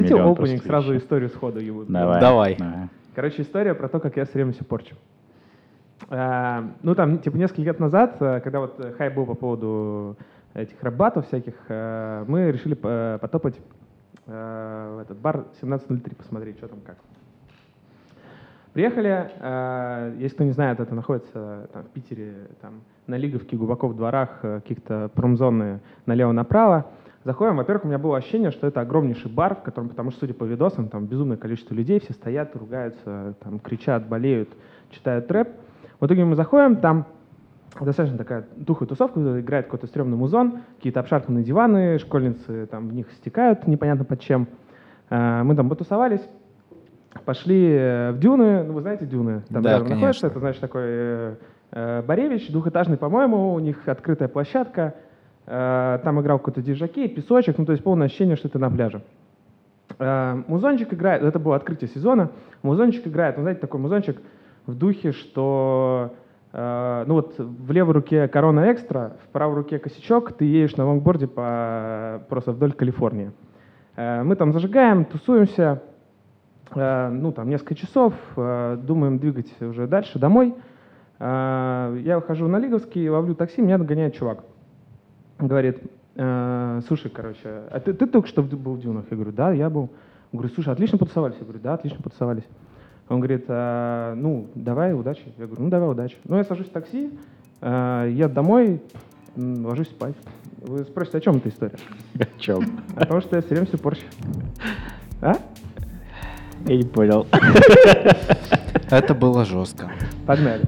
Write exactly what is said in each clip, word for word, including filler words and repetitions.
Миллион опенинг, сразу историю сходу ебут. Давай. Давай. Давай. Короче, история про то, как я все время все порчу. А, ну, там, типа, несколько лет назад, когда вот хайп был по поводу этих рэп-батов всяких, мы решили потопать в этот бар семнадцать ноль три, посмотреть, что там как. Приехали, если кто не знает, это находится там, в Питере, там, на Лиговке, глубоко в дворах, каких-то промзоны налево-направо. Заходим, во-первых, у меня было ощущение, что это огромнейший бар, в котором, потому что, судя по видосам, там безумное количество людей, все стоят, ругаются, там, кричат, болеют, читают рэп. В итоге мы заходим, там достаточно такая тухлая тусовка, играет какой-то стрёмный музон, какие-то обшарпанные диваны, школьницы там в них стекают, непонятно под чем. Мы там потусовались, пошли в Дюны, ну вы знаете Дюны, там да, рядом находится, это значит такой э, Боревич, двухэтажный, по-моему, у них открытая площадка, э, там играл какой-то диджокей, песочек, ну то есть полное ощущение, что ты на пляже. Э, музончик играет, это было открытие сезона, музончик играет, вы знаете, такой музончик в духе, что э, ну вот в левой руке корона экстра, в правой руке косячок, ты едешь на лонгборде по, просто вдоль Калифорнии. Э, мы там зажигаем, тусуемся, ну, там, несколько часов, думаем двигать уже дальше, домой. Я выхожу на Лиговский, ловлю такси, меня догоняет чувак. Говорит, слушай, короче, а ты, ты только что был в Дюнах? Я говорю, да, я был. Он говорит, слушай, отлично потусовались? Я говорю, да, отлично потусовались. Он говорит, ну, давай, удачи. Я говорю, ну, давай, удачи. Ну, я сажусь в такси, еду домой, ложусь спать. Вы спросите, о чем эта история? О чем? О том, что я все время все порчу. А? Я не понял. Это было жестко. Погнали.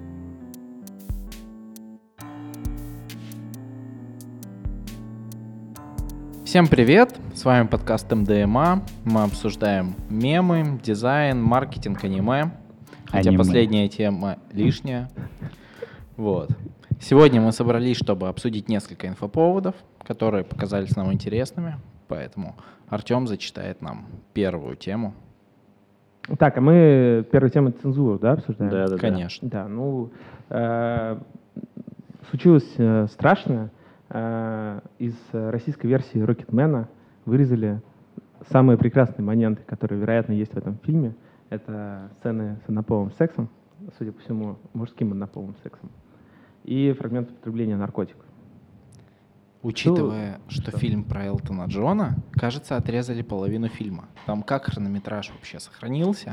Всем привет! С вами подкаст эм дэ эм а. Мы обсуждаем мемы, дизайн, маркетинг, аниме. Хотя Аниме. последняя тема лишняя. Вот. Сегодня мы собрались, чтобы обсудить несколько инфоповодов, которые показались нам интересными. Поэтому Артем зачитает нам первую тему. Так, а мы первую тему цензуру, да, обсуждаем? Да, да, Конечно. Да, ну, э, случилось э, страшное. Э, из российской версии Рокетмена вырезали самые прекрасные моменты, которые, вероятно, есть в этом фильме. Это сцены с однополым сексом, судя по всему, мужским однополым сексом, и фрагмент употребления наркотиков. Учитывая, что, что что фильм про Элтона Джона, кажется, отрезали половину фильма. Там как хронометраж вообще сохранился?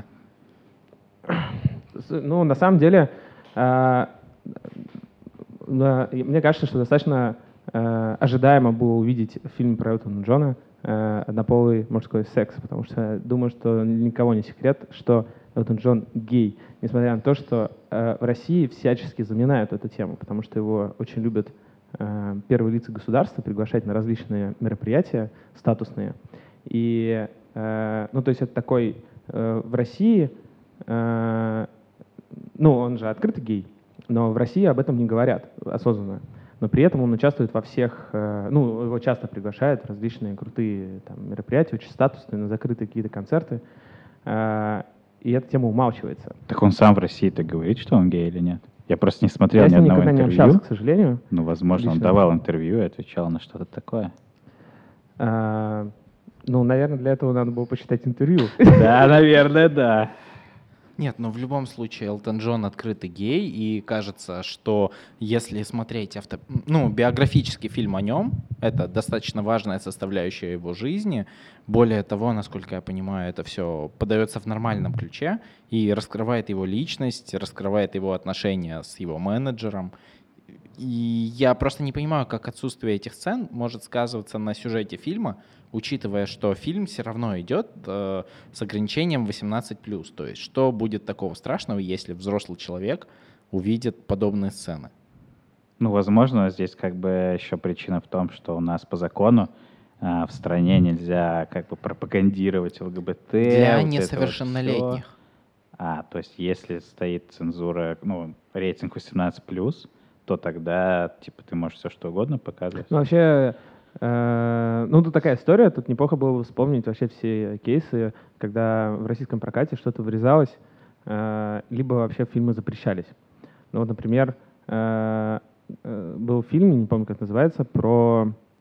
Ну, на самом деле, э, э, мне кажется, что достаточно э, ожидаемо было увидеть фильм про Элтона Джона э, «Однополый мужской секс», потому что я думаю, что никого не секрет, что Элтон Джон гей, несмотря на то, что э, в России всячески заминают эту тему, потому что его очень любят первые лица государства приглашать на различные мероприятия статусные. И, э, ну, то есть это такой э, в России, э, ну, он же открытый гей, но в России об этом не говорят осознанно. Но при этом он участвует во всех, э, ну, его часто приглашают в различные крутые там, мероприятия, очень статусные, на закрытые какие-то концерты. Э, и эта тема умалчивается. Так он сам в России-то говорит, что он гей или нет? Я просто не смотрел Я ни с ним одного никогда интервью. не общался, к сожалению. Ну, возможно, он Лично. давал интервью и отвечал на что-то такое. А, ну, наверное, для этого надо было почитать интервью. Да, наверное, да. Нет, но в любом случае Элтон Джон открытый гей, и кажется, что если смотреть авто... ну, биографический фильм о нем, это достаточно важная составляющая его жизни. Более того, насколько я понимаю, это все подается в нормальном ключе и раскрывает его личность, раскрывает его отношения с его менеджером. И я просто не понимаю, как отсутствие этих сцен может сказываться на сюжете фильма, учитывая, что фильм все равно идет э, с ограничением восемнадцать плюс. То есть что будет такого страшного, если взрослый человек увидит подобные сцены? Ну, возможно, здесь как бы еще причина в том, что у нас по закону э, в стране нельзя как бы пропагандировать ЛГБТ. Для вот несовершеннолетних. Вот а, то есть если стоит цензура, ну, рейтинг восемнадцать плюс, то тогда, типа, ты можешь все что угодно показывать. Ну, вообще, э, ну, тут такая история, тут неплохо было бы вспомнить вообще все кейсы, когда в российском прокате что-то вырезалось, э, либо вообще фильмы запрещались. Ну, вот, например, э, э, был фильм, не помню, как называется, про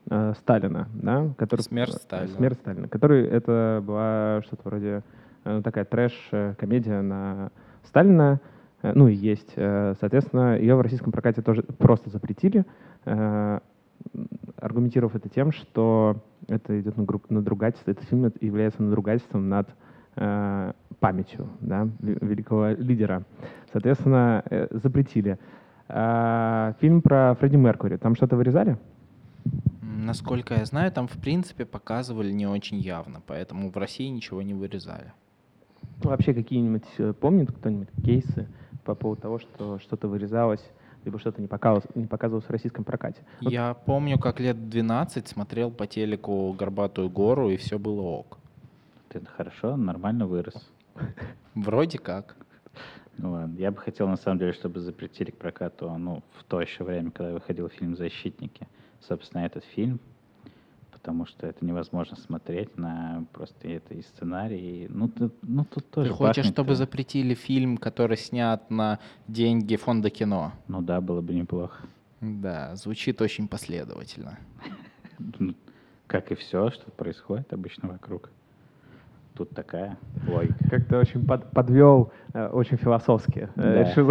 э, Сталина, да, который, «Смерть Сталина». «Смерть Сталина», который это была что-то вроде э, такая трэш-комедия на Сталина, э, ну и есть, э, соответственно, ее в российском прокате тоже просто запретили, э, аргументировав это тем, что это идет надругательство, этот фильм является надругательством над э, памятью, да, великого лидера. Соответственно, э, запретили. А, фильм про Фредди Меркьюри, там что-то вырезали? Насколько я знаю, там в принципе показывали не очень явно, поэтому в России ничего не вырезали. Вообще какие-нибудь, э, помнит кто-нибудь кейсы по поводу того, что что-то вырезалось, либо что-то не показывалось, не показывалось в российском прокате? Вот. Я помню, как лет двенадцать смотрел по телеку «Горбатую гору», и все было ок. Это хорошо, нормально вырос. Вроде как. Ну ладно, я бы хотел на самом деле, чтобы запретили к прокату, ну, в то еще время, когда выходил фильм «Защитники», собственно, этот фильм, потому что это невозможно смотреть на просто это и сценарий, и, ну, ты, ну тут тоже Ты хочешь, пахнет, чтобы э, запретили фильм, который снят на деньги фонда кино? Ну да, было бы неплохо. Да, звучит очень последовательно. Ну, как и все, что происходит обычно вокруг. Тут такая логика. Как-то очень под, подвел, э, очень философски. Да. Э, решил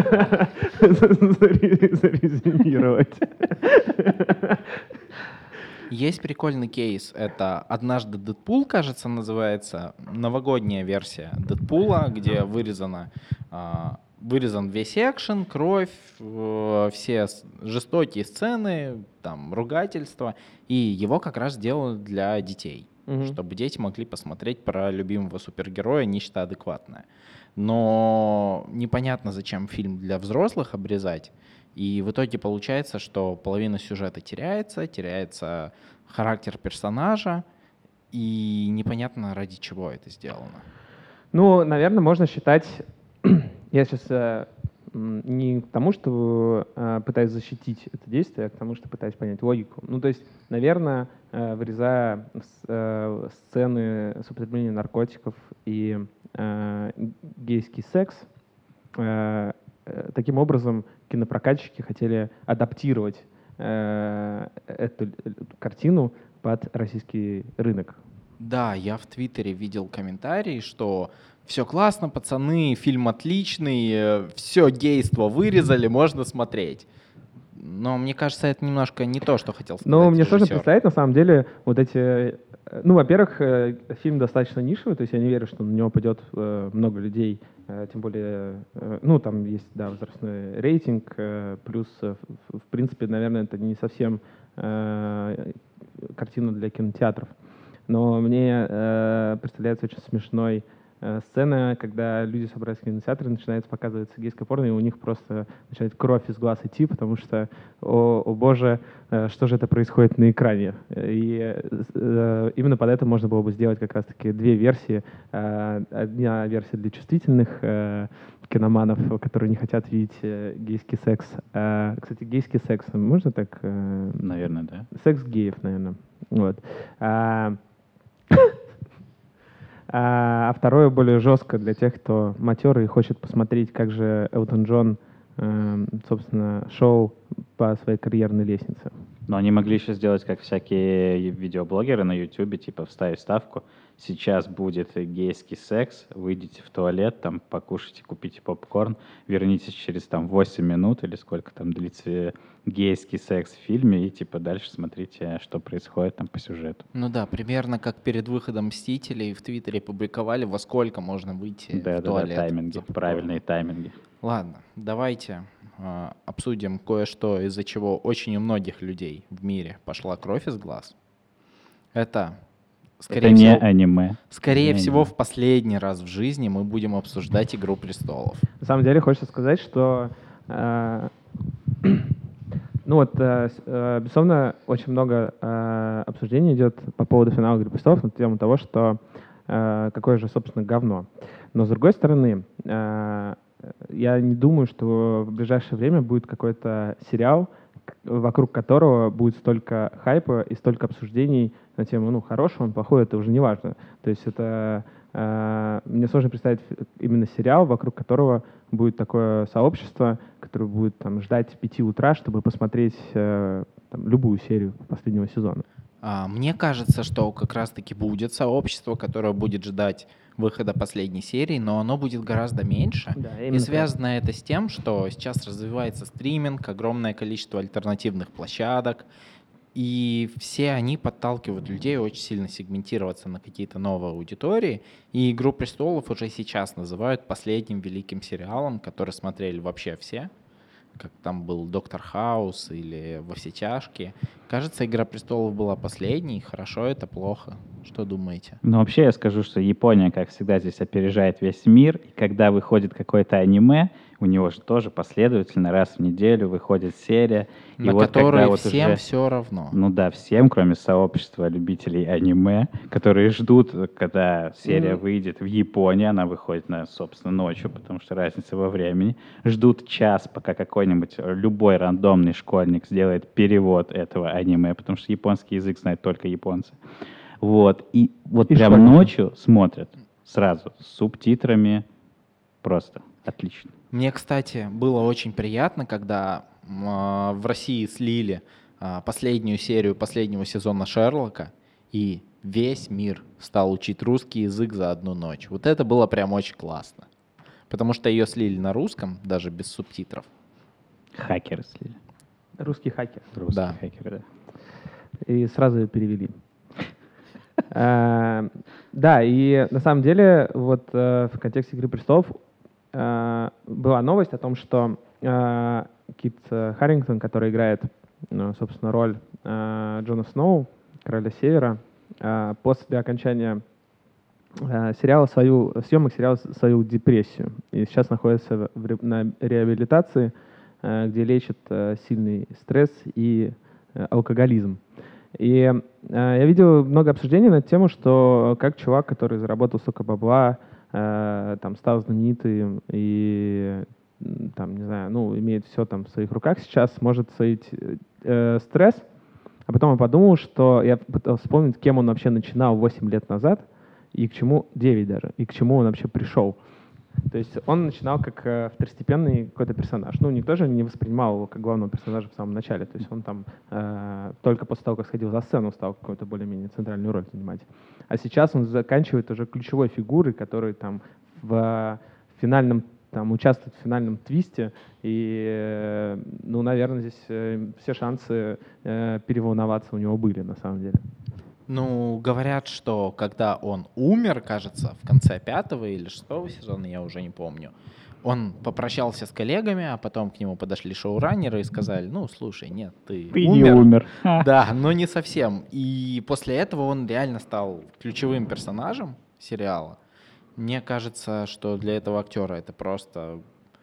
зарезюмировать. Есть прикольный кейс. Это «Однажды Дэдпул», кажется, называется. Новогодняя версия Дэдпула, где вырезано, а, вырезан весь экшен, кровь, э, все с- жестокие сцены, там, ругательства. И его как раз сделали для детей, Мгм. чтобы дети могли посмотреть про любимого супергероя нечто адекватное. Но непонятно, зачем фильм для взрослых обрезать. И в итоге получается, что половина сюжета теряется, теряется характер персонажа, и непонятно, ради чего это сделано. Ну, наверное, можно считать, я сейчас э, м, не к тому, что э, пытаюсь защитить это действие, а к тому, что пытаюсь понять логику. Ну, то есть, наверное, э, вырезая с- э, сцены с употреблением наркотиков и э, гейский секс, э, э, таким образом кинопрокатчики хотели адаптировать э, эту, эту картину под российский рынок. Да, я в Твиттере видел комментарий, что все классно, пацаны, фильм отличный, все гейство вырезали, можно смотреть. Но мне кажется, это немножко не то, что хотел сказать Ну, мне сложно режиссер. представить, на самом деле, вот эти... э, Ну, во-первых, э, фильм достаточно нишевый, то есть я не верю, что на него пойдет э, много людей, э, тем более, э, ну, там есть, да, возрастной рейтинг, э, плюс, э, в, в принципе, наверное, это не совсем э, картина для кинотеатров. Но мне э, представляется очень смешной э, сцена, когда люди собираются в кинотеатре, начинается показываться гейское порно, и у них просто начинает кровь из глаз идти, потому что, о, о боже, э, что же это происходит на экране. И э, именно под это можно было бы сделать как раз-таки две версии. Э, одна версия для чувствительных э, киноманов, которые не хотят видеть э, гейский секс. Э, кстати, гейский секс, можно так? э, Наверное, да. Секс геев, наверное. Вот. А, а второе более жестко для тех, кто матерый и хочет посмотреть, как же Элтон Джон, эм, собственно, шел по своей карьерной лестнице. Но они могли еще сделать, как всякие видеоблогеры на Ютубе, типа вставить ставку. Сейчас будет гейский секс, выйдите в туалет, там покушайте, купите попкорн, вернитесь через там восемь минут или сколько там длится гейский секс в фильме, и типа дальше смотрите, что происходит там по сюжету. Ну да, примерно как перед выходом «Мстителей» в Твиттере публиковали, во сколько можно выйти Да, в да, да, туалет. тайминги, за попкорном. правильные тайминги. Ладно, давайте э, обсудим кое-что, из-за чего очень у многих людей в мире пошла кровь из глаз. Это, скорее Это всего, не аниме. скорее Не всего аниме. в последний раз в жизни мы будем обсуждать «Игру престолов». На самом деле хочется сказать, что э, ну вот, э, с- э, безусловно, очень много э, обсуждений идет по поводу финала «Игры престолов» на тему того, что э, какое же, собственно, говно. Но, с другой стороны, э, я не думаю, что в ближайшее время будет какой-то сериал, к- вокруг которого будет столько хайпа и столько обсуждений на тему, ну, хороший он, плохой, это уже не важно. То есть это... э, мне сложно представить именно сериал, вокруг которого будет такое сообщество, которое будет там ждать пяти утра, чтобы посмотреть э, там, любую серию последнего сезона. А, Мне кажется, что как раз-таки будет сообщество, которое будет ждать выхода последней серии, но оно будет гораздо меньше. Да, И именно связано это с тем, что сейчас развивается стриминг, огромное количество альтернативных площадок, и все они подталкивают людей очень сильно сегментироваться на какие-то новые аудитории. И «Игру престолов» уже сейчас называют последним великим сериалом, который смотрели вообще все. Как там был «Доктор Хаус» или «Во все тяжкие». Кажется, «Игра престолов» была последней. Хорошо это, плохо? Что думаете? Ну, вообще я скажу, что Япония, как всегда, здесь опережает весь мир. И когда выходит какое-то аниме, у него же тоже последовательно раз в неделю выходит серия. На и вот которые когда вот всем уже... все равно. Ну да, всем, кроме сообщества любителей аниме, которые ждут, когда серия Мгм. выйдет в Японии, она выходит, на, собственно, ночью, потому что разница во времени. Ждут час, пока какой-нибудь э, любой рандомный школьник сделает перевод этого аниме, потому что японский язык знают только японцы. Вот, и вот И прям школьники. ночью смотрят сразу с субтитрами. Просто отлично. Мне, кстати, было очень приятно, когда м, а, в России слили а, последнюю серию последнего сезона «Шерлока», и весь мир стал учить русский язык за одну ночь. Вот это было прям очень классно. Потому что ее слили на русском, даже без субтитров. Хакеры слили. Русский хакер. Русские Да. хакеры, да. И сразу ее перевели. Э, Да, и на самом деле вот э, в контексте «Игры престолов» э, была новость о том, что э, Кит э, Харрингтон, который играет, ну, собственно, роль э, Джона Сноу, Короля Севера, э, после окончания э, сериала свою, съемок сериала с- свою депрессию. И сейчас находится в ре- на реабилитации, э, где лечит э, сильный стресс и э, алкоголизм. И э, я видел много обсуждений на тему, что как чувак, который заработал столько бабла, э, там стал знаменитым и м, там, не знаю, ну, имеет все там в своих руках сейчас, может своить э, стресс. А потом я подумал, что я пытался вспомнить, кем он вообще начинал восемь лет назад, и к чему, девять даже, и к чему он вообще пришел. То есть он начинал как э, второстепенный какой-то персонаж. Ну, никто же не воспринимал его как главного персонажа в самом начале. То есть он там э, только после того, как сходил за сцену, стал какую-то более-менее центральную роль занимать. А сейчас он заканчивает уже ключевой фигурой, который там в финальном, там участвует в финальном твисте. И, э, ну, наверное, здесь э, все шансы э, переволноваться у него были на самом деле. Ну, говорят, что когда он умер, кажется, в конце пятого или шестого сезона, я уже не помню, он попрощался с коллегами, а потом к нему подошли шоураннеры и сказали: ну, слушай, нет, ты, Ты умер. не умер. Ха. Да, но не совсем. И после этого он реально стал ключевым персонажем сериала. Мне кажется, что для этого актера это просто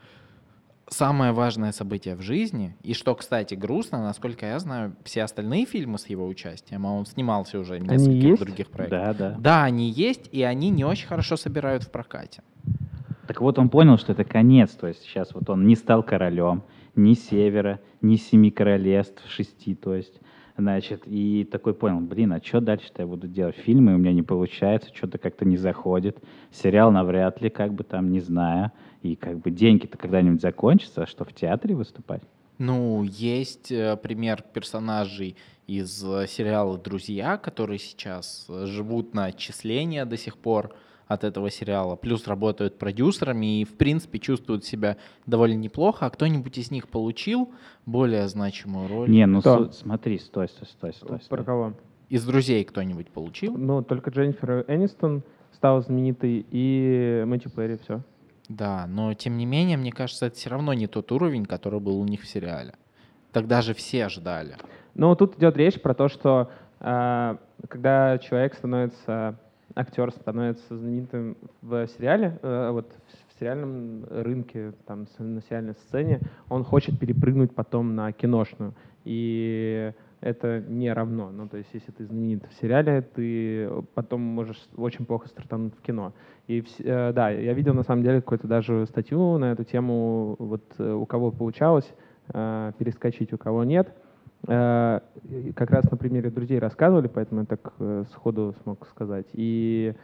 самое важное событие в жизни. И что, кстати, грустно, насколько я знаю, все остальные фильмы с его участием, а он снимался уже в нескольких есть? других проектах. Да, да. Да, они есть, и они не очень хорошо собирают в прокате. Так вот он понял, что это конец. То есть сейчас вот он не стал королем ни Севера, ни Семи Королевств, шести, то есть. Значит, и такой понял, блин, а что дальше-то я буду делать? Фильмы у меня не получается, что-то как-то не заходит. Сериал навряд ли, как бы там, не знаю. И как бы деньги-то когда-нибудь закончатся, а что в театре выступать? Ну, есть э, пример персонажей из э, сериала «Друзья», которые сейчас э, живут на отчисления до сих пор от этого сериала, плюс работают продюсерами и, в принципе, чувствуют себя довольно неплохо. А кто-нибудь из них получил более значимую роль? Не, ну Кто? су- смотри, стой, стой, стой, стой. Про стой. кого? Из «Друзей» кто-нибудь получил? Ну, только Дженнифер Энистон стала знаменитой, и Мэтью Перри, все. Да, но тем не менее, мне кажется, это все равно не тот уровень, который был у них в сериале. Тогда же все ждали. Ну, тут идет речь про то, что э, когда человек становится, актер становится знаменитым в сериале, э, вот в сериальном рынке, там, с- на сериальной сцене, он хочет перепрыгнуть потом на киношную. И это не равно. Ну, то есть, если ты знаменит в сериале, ты потом можешь очень плохо стартануть в кино. И вс- э, да, я видел на самом деле какую-то даже статью на эту тему, вот э, у кого получалось э, перескочить, у кого нет. Э, и как раз на примере друзей рассказывали, поэтому я так э, сходу смог сказать. И,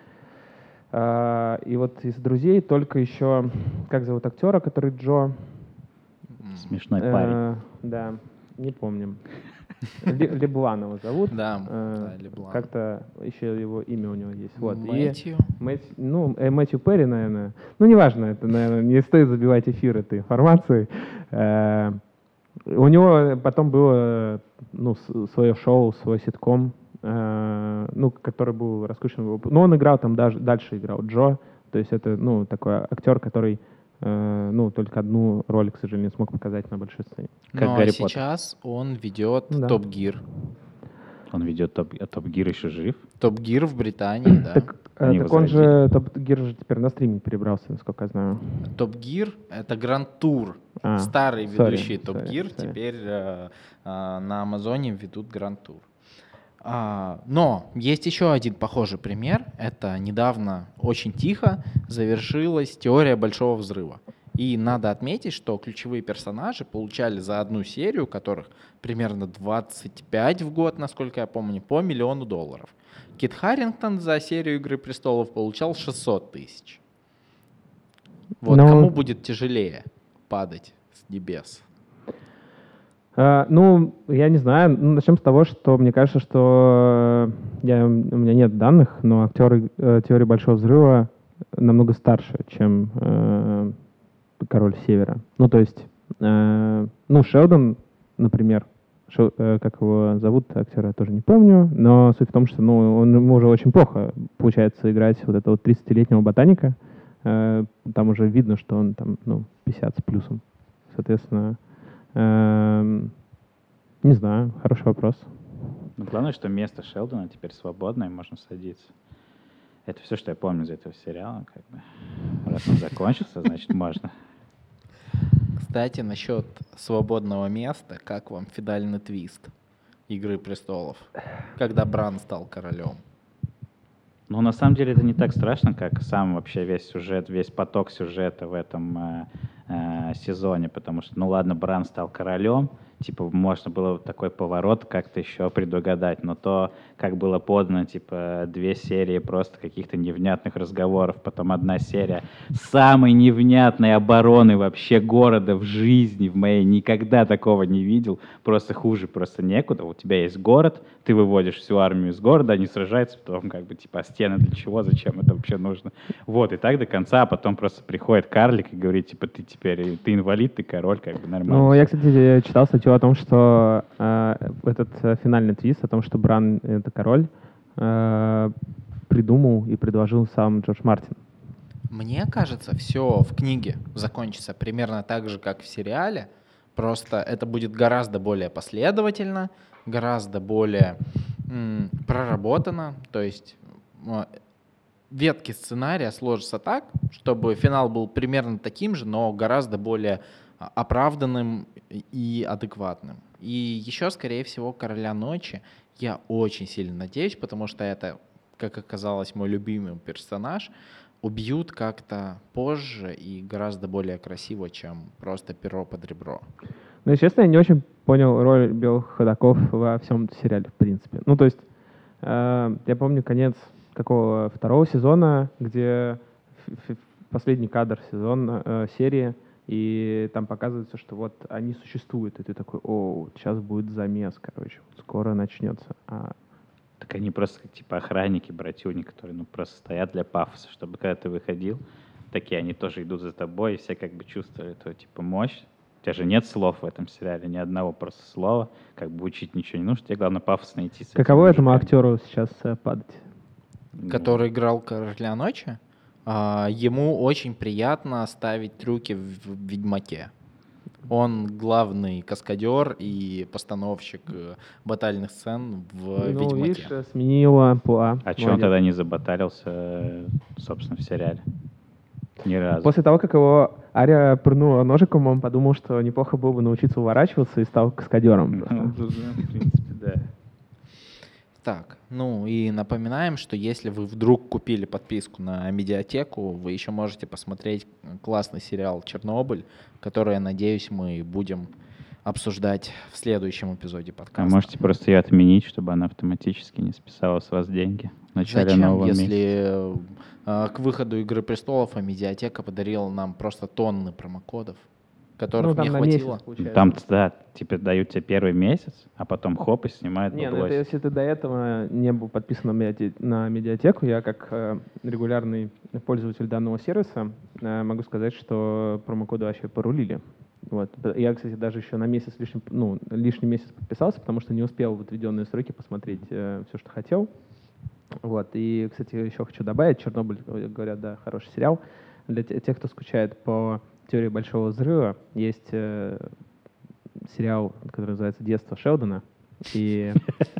э, и вот из друзей только еще, как зовут актера, который Джо? М, Смешной парень. Э, Да, не помним. Ле- Леблан его зовут. Да, Э, да, Леблан. Как-то еще его имя у него есть. Вот. И Мэтью. Мэтью- ну, э, Мэтью Перри, наверное. Ну, неважно, это, наверное, не стоит забивать эфир этой информацией. Э, У него потом было, ну, с- свое шоу, свой ситком, э, ну, который был раскручен. Но он играл там даже, дальше играл Джо. То есть это, ну, такой актер, который, э, ну, только одну роль, к сожалению, смог показать на большой сцене. Как Но Гарри Поттер. сейчас он ведет Ну да. Топ Гир. Он ведет топ, а Топ Гир еще жив. Топ Гир в Британии, да. Так, э, Они так он возродили. же, Топ Гир же теперь на стриме перебрался, насколько я знаю. Топ Гир — это Гранд Тур. А, Старый sorry, ведущий Топ sorry, Гир sorry. теперь э, э, на Амазоне ведут Гранд Тур. А, но есть еще один похожий пример. Это недавно очень тихо завершилась теория Большого взрыва. И надо отметить, что ключевые персонажи получали за одну серию, которых примерно двадцать пять в год, насколько я помню, по миллиону долларов. Кит Харрингтон за серию «Игры престолов» получал шестьсот тысяч. Вот Ну, кому будет тяжелее падать с небес? А, ну, я не знаю. Ну, начнем с того, что мне кажется, что э, я, у меня нет данных, но актеры э, теории Большого взрыва намного старше, чем э, Король Севера. Ну, то есть, э, ну, Шелдон, например, Шел- э, как его зовут, актера, я тоже не помню, но суть в том, что, ну, он, ему уже очень плохо получается играть вот этого тридцатилетнего ботаника. Э, там уже видно, что он там, ну, пятьдесят с плюсом. Соответственно, Эм, не знаю, хороший вопрос. Но главное, что место Шелдона теперь свободное, можно садиться. Это все, что я помню из этого сериала. Как бы. Раз он закончился, значит, можно. Кстати, насчет свободного места, как вам финальный твист «Игры престолов», когда Бран стал королем? Ну, на самом деле, это не так страшно, как сам вообще весь сюжет, весь поток сюжета в этом э, э, сезоне, потому что, ну ладно, Бран стал королем, типа, можно было такой поворот как-то еще предугадать, но то, как было подано, типа, две серии просто каких-то невнятных разговоров, потом одна серия самой невнятной обороны вообще города в жизни, в моей, никогда такого не видел, просто хуже, просто некуда. У тебя есть город, ты выводишь всю армию из города, они сражаются, потом как бы, типа, а стены для чего, зачем это вообще нужно? Вот, и так до конца, а потом просто приходит карлик и говорит, типа, ты теперь, ты инвалид, ты король, как бы нормально. Ну, я, кстати, читал статью о том, что э, этот э, финальный твист, о том, что Бран — это король, э, придумал и предложил сам Джордж Мартин. Мне кажется, все в книге закончится примерно так же, как в сериале. Просто это будет гораздо более последовательно, гораздо более м, проработано. То есть м, ветки сценария сложатся так, чтобы финал был примерно таким же, но гораздо более а, оправданным и адекватным. И еще, скорее всего, «Короля ночи» я очень сильно надеюсь, потому что это, как оказалось, мой любимый персонаж, убьют как-то позже и гораздо более красиво, чем просто перо под ребро. Ну, если честно, я не очень понял роль белых ходоков во всем этом сериале, в принципе. Ну, то есть, э, я помню конец какого второго сезона, где ф- ф- последний кадр сезона, э, серии, и там показывается, что вот они существуют, и ты такой, о, сейчас будет замес, короче, вот скоро начнется. А, Так они просто как, типа, охранники, братюни, которые, ну, просто стоят для пафоса, чтобы когда ты выходил, такие они тоже идут за тобой, и все как бы чувствовали твою, типа, мощь. У тебя же нет слов в этом сериале, ни одного просто слова, как бы учить ничего не нужно, тебе главное пафосно идти с этими каково этому мужиками. актеру сейчас э, падать? Ну, Который играл «Короля ночи», а, ему очень приятно ставить трюки в в «Ведьмаке». Он главный каскадер и постановщик э, батальных сцен в Ну, «Ведьмаке». видишь, э, сменила амплуа. А че он Молодец. тогда не забаталился, э, собственно, в сериале? Ни разу. После того, как его Ария пырнула ножиком, он подумал, что неплохо было бы научиться уворачиваться и стал каскадером. Ну, просто. в принципе, да. Так, ну и напоминаем, что если вы вдруг купили подписку на медиатеку, вы еще можете посмотреть классный сериал «Чернобыль», который, я надеюсь, мы будем обсуждать в следующем эпизоде А подкаста. можете просто ее отменить, чтобы она автоматически не списала с вас деньги в начале Зачем, нового месяца? если э, к выходу «Игры престолов» медиатека подарила нам просто тонны промокодов? которых Ну, там не на хватило. месяц, получается. Там, да, типа дают тебе первый месяц, а потом хоп, и снимают Не, ну это баблосик. если ты до этого не был подписан на, меди- на медиатеку, я как э, регулярный пользователь данного сервиса э, могу сказать, что промокоды вообще порулили. Вот. Я, кстати, даже еще на месяц лишний, ну, лишний месяц подписался, потому что не успел в отведенные сроки посмотреть э, все, что хотел. Вот. И, кстати, еще хочу добавить, «Чернобыль», говорят, да, хороший сериал. Для те- тех, кто скучает по «Теории большого взрыва», есть э, сериал, который называется «Детство Шелдона». И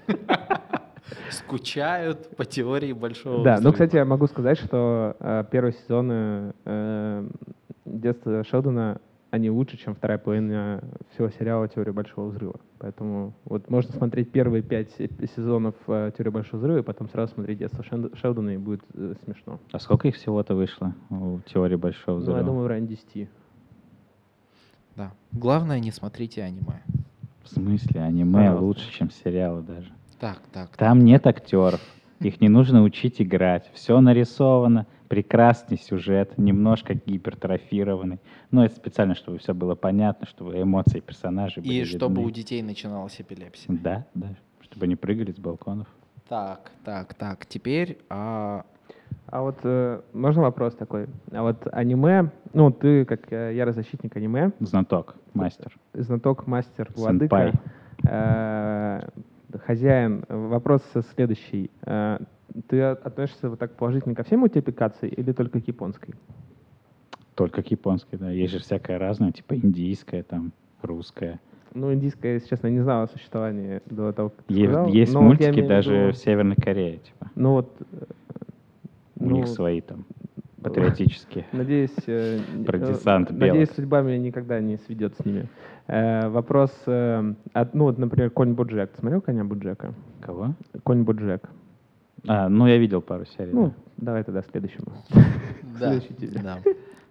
Скучают по теории большого да, ну, взрыва. кстати, я могу сказать, что э, первые сезоны э, «Детства Шелдона», они лучше, чем вторая половина всего сериала «Теория большого взрыва». Поэтому вот можно смотреть первые пять эп- сезонов э, «Теории большого взрыва», и потом сразу смотреть «Детство Шен- Шелдона», и будет э, смешно. А сколько их всего-то вышло у теории большого Ну, взрыва? я думаю, в районе десяти. Да. Главное, не смотрите аниме. В смысле, аниме Пожалуйста. лучше, чем сериалы даже. Так, так. Там нет актеров, их не нужно учить играть. Все нарисовано, прекрасный сюжет, немножко гипертрофированный. Но это специально, чтобы все было понятно, чтобы эмоции персонажей были И чтобы видны. у детей начиналась эпилепсия. Да, да, чтобы они прыгали с балконов. Так, так, так. Теперь а, А вот э, можно вопрос такой? А вот аниме, ну, ты как э, ярый защитник аниме, Знаток, мастер. знаток, мастер, владыка, Сэнпай. э, хозяин. Вопрос следующий. Э, Ты относишься вот так положительно ко всем мультипликациям или только к японской? Только к японской, да. Есть же всякое разное, типа индийское, там, русское. Ну, индийская, если честно, не знала о существовании до того, как ты Е- сказал. Есть Но вот я мультики имею в даже виду- в Северной Корее, типа. Ну вот... э, У ну, них свои там патриотические. Надеюсь, э, Про э, десант надеюсь, белок. судьба меня никогда не сведет с ними. Э, Вопрос, э, от- ну вот, например, «Конь Боджек». Ты смотрел «Коня Боджека»? Кого? «Конь Боджек». А, ну я видел пару серий. Ну, да. давай тогда следующему. да, Следующий тебе. да.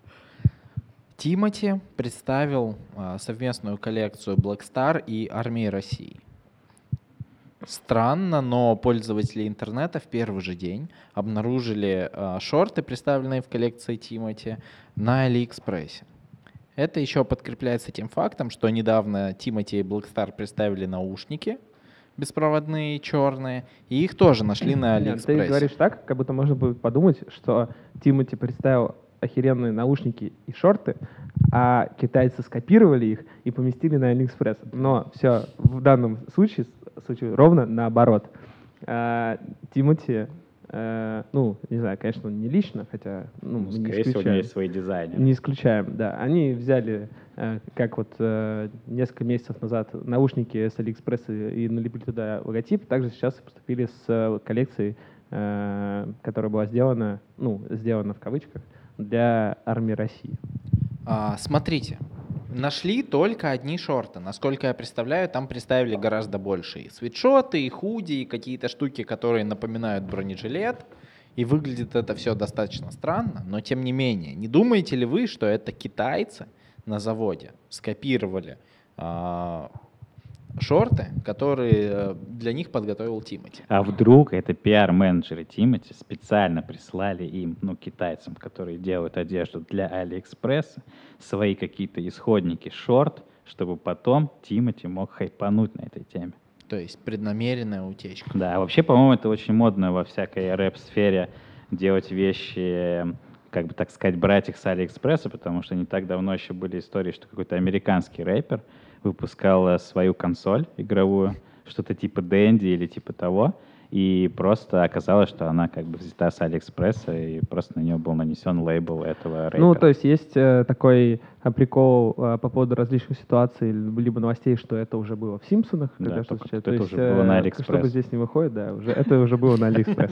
Тимати представил а, совместную коллекцию Black Star и Армии России. Странно, но пользователи интернета в первый же день обнаружили а, шорты, представленные в коллекции Тимати, на Алиэкспрессе. Это еще подкрепляется тем фактом, что недавно Тимати и Black Star представили наушники беспроводные, черные, и их тоже нашли на Нет, Алиэкспрессе. ты говоришь так, как будто можно будет подумать, что Тимати представил охеренные наушники и шорты, а китайцы скопировали их и поместили на Алиэкспресс. Но все в данном случае, случае ровно наоборот. А, Тимати, э, ну, не знаю, конечно, не лично, хотя, ну, Ну, мы не скорее всего, у него исключаем. есть свои дизайнеры. Не исключаем, да. Они взяли, э, как вот э, несколько месяцев назад, наушники с Алиэкспресса и налепили туда логотип. Также сейчас поступили с э, коллекцией, э, которая была сделана, ну, сделана в кавычках, для армии России. А, смотрите, нашли только одни шорты. Насколько я представляю, там представили гораздо больше. И свитшоты, и худи, и какие-то штуки, которые напоминают бронежилет. И выглядит это все достаточно странно, но тем не менее. Не думаете ли вы, что это китайцы на заводе скопировали а, шорты, которые для них подготовил Тимати? А вдруг это пиар-менеджеры Тимати специально прислали им, ну, китайцам, которые делают одежду для Алиэкспресса, свои какие-то исходники шорт, чтобы потом Тимати мог хайпануть на этой теме. То есть преднамеренная утечка. Да, а вообще, по-моему, это очень модно во всякой рэп-сфере делать вещи, как бы так сказать, брать их с Алиэкспресса, потому что не так давно еще были истории, что какой-то американский рэпер выпускал э, свою консоль игровую, что-то типа Дэнди или типа того, и просто оказалось, что она как бы взята с Алиэкспресса, и просто на нее был нанесен лейбл этого рэпера. Ну, то есть есть э, такой э, прикол э, по поводу различных ситуаций, либо новостей, что это уже было в «Симпсонах». Да, когда только что-то- это то уже есть, было на э, Алиэкспресс. Что бы здесь не выходит, да, уже, это уже было на Алиэкспресс.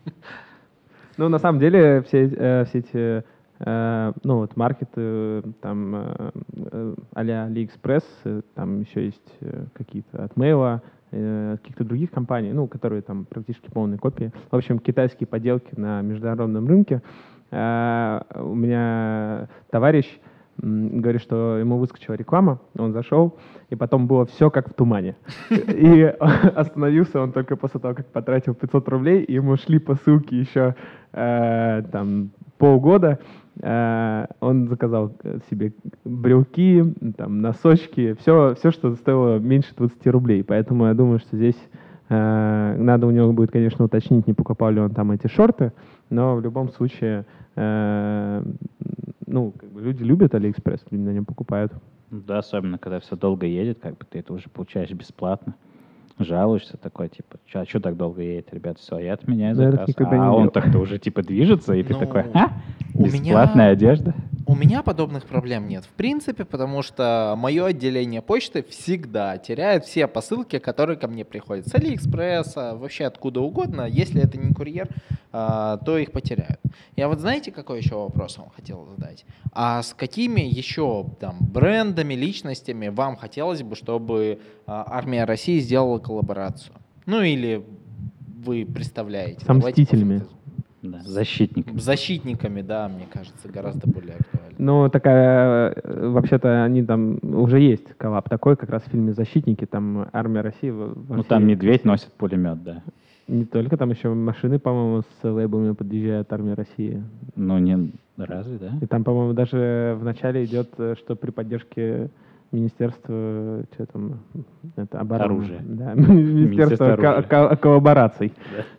Ну, на самом деле, все, э, все эти, э, ну, вот маркеты, э, там, э, э, а-ля Алиэкспресс, э, там еще есть э, какие-то от Мейла, э, каких-то других компаний, ну, которые там практически полные копии. В общем, китайские поделки на международном рынке. Э, у меня товарищ м, говорит, что ему выскочила реклама, он зашел, и потом было все как в тумане. И остановился он только после того, как потратил пятьсот рублей, и ему шли посылки еще э, там полгода, э, он заказал себе брелки, там, носочки, все, все, что стоило меньше двадцати рублей. Поэтому я думаю, что здесь э, надо у него будет, конечно, уточнить, не покупал ли он там эти шорты, но в любом случае, э, ну, как бы люди любят Алиэкспресс, люди на нем покупают. Да, особенно, когда все долго едет, как бы ты это уже получаешь бесплатно. Жалуешься такой, типа, а что так долго едет, ребят, все, я отменяю Да, заказ. никогда не А он делал. так-то уже, типа, движется, и ты Ну, такой, а, у меня- бесплатная одежда. У меня подобных проблем нет, в принципе, потому что мое отделение почты всегда теряет все посылки, которые ко мне приходят с Алиэкспресса, вообще откуда угодно. Если это не курьер, а, то их потеряют. Я вот знаете, какой еще вопрос вам хотел задать? А с какими еще там брендами, личностями вам хотелось бы, чтобы а, армия России сделала коллаборацию? Ну или вы представляете? С Давайте «Мстителями». пофантазируем. Да, защитник. Защитниками, да, мне кажется, гораздо более актуально. Ну, такая, э, вообще-то они там, уже есть коллаб такой, как раз в фильме «Защитники», там армия России. во- во Ну, всей там медведь красе. носит пулемет, да. Не только, там еще машины, по-моему, с лейблами подъезжает армия России. Ну, не, разве, да? И там, по-моему, даже в начале идет, э, что при поддержке Министерства, что там, это, обороны. Оружия. Да, Министерство Министерства ко- оружия. ко- коллабораций.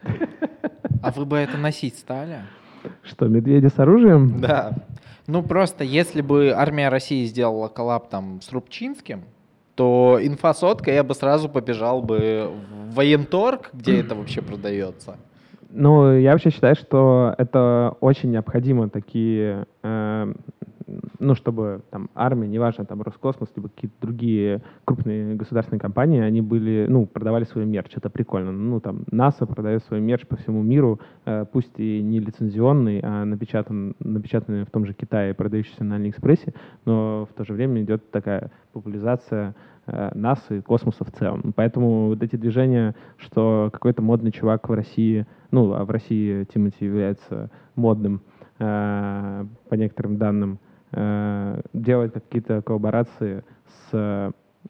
А вы бы это носить стали? Что, медведи с оружием? Да. Ну просто, если бы армия России сделала коллаб там с Рубчинским, то инфосотка, я бы сразу побежал бы в военторг, где это вообще продается. Ну, я вообще считаю, что это очень необходимо такие, э, ну, чтобы там армия, неважно, там Роскосмос, либо какие-то другие крупные государственные компании, они были, ну, продавали свой мерч, это прикольно. Ну, там, НАСА продает свой мерч по всему миру, э, пусть и не лицензионный, а напечатан, напечатанный в том же Китае, продающийся на Алиэкспрессе, но в то же время идет такая популяризация э, НАСА и космоса в целом. Поэтому вот эти движения, что какой-то модный чувак в России, ну, а в России Тимати является модным, э, по некоторым данным, э, делает какие-то коллаборации с, э,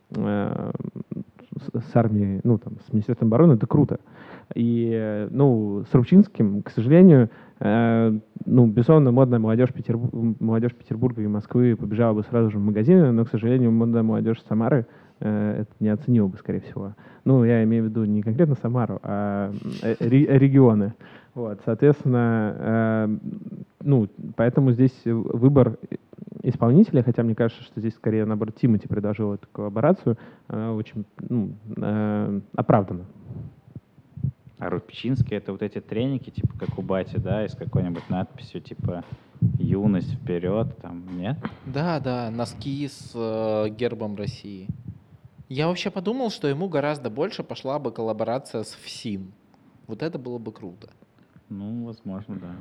с, с армией, ну, там, с Министерством обороны, это круто. И, э, ну, с Рубчинским, к сожалению, э, ну, безусловно, модная молодежь, Петербург, молодежь Петербурга и Москвы побежала бы сразу же в магазины, но, к сожалению, модная молодежь Самары э, это не оценила бы, скорее всего. Ну, я имею в виду не конкретно Самару, а э, ре- регионы. Вот, соответственно, э, ну, поэтому здесь выбор исполнителя, хотя мне кажется, что здесь скорее, наоборот, Тимати предложил эту коллаборацию, она очень, ну, э, оправдана. А Рубчинский — это вот эти треники, типа, как у Бати, да, и с какой-нибудь надписью, типа, «Юность вперед», там, нет? Да, да, носки с э, гербом России. Я вообще подумал, что ему гораздо больше пошла бы коллаборация с ФСИН. Вот это было бы круто. Ну, возможно, да.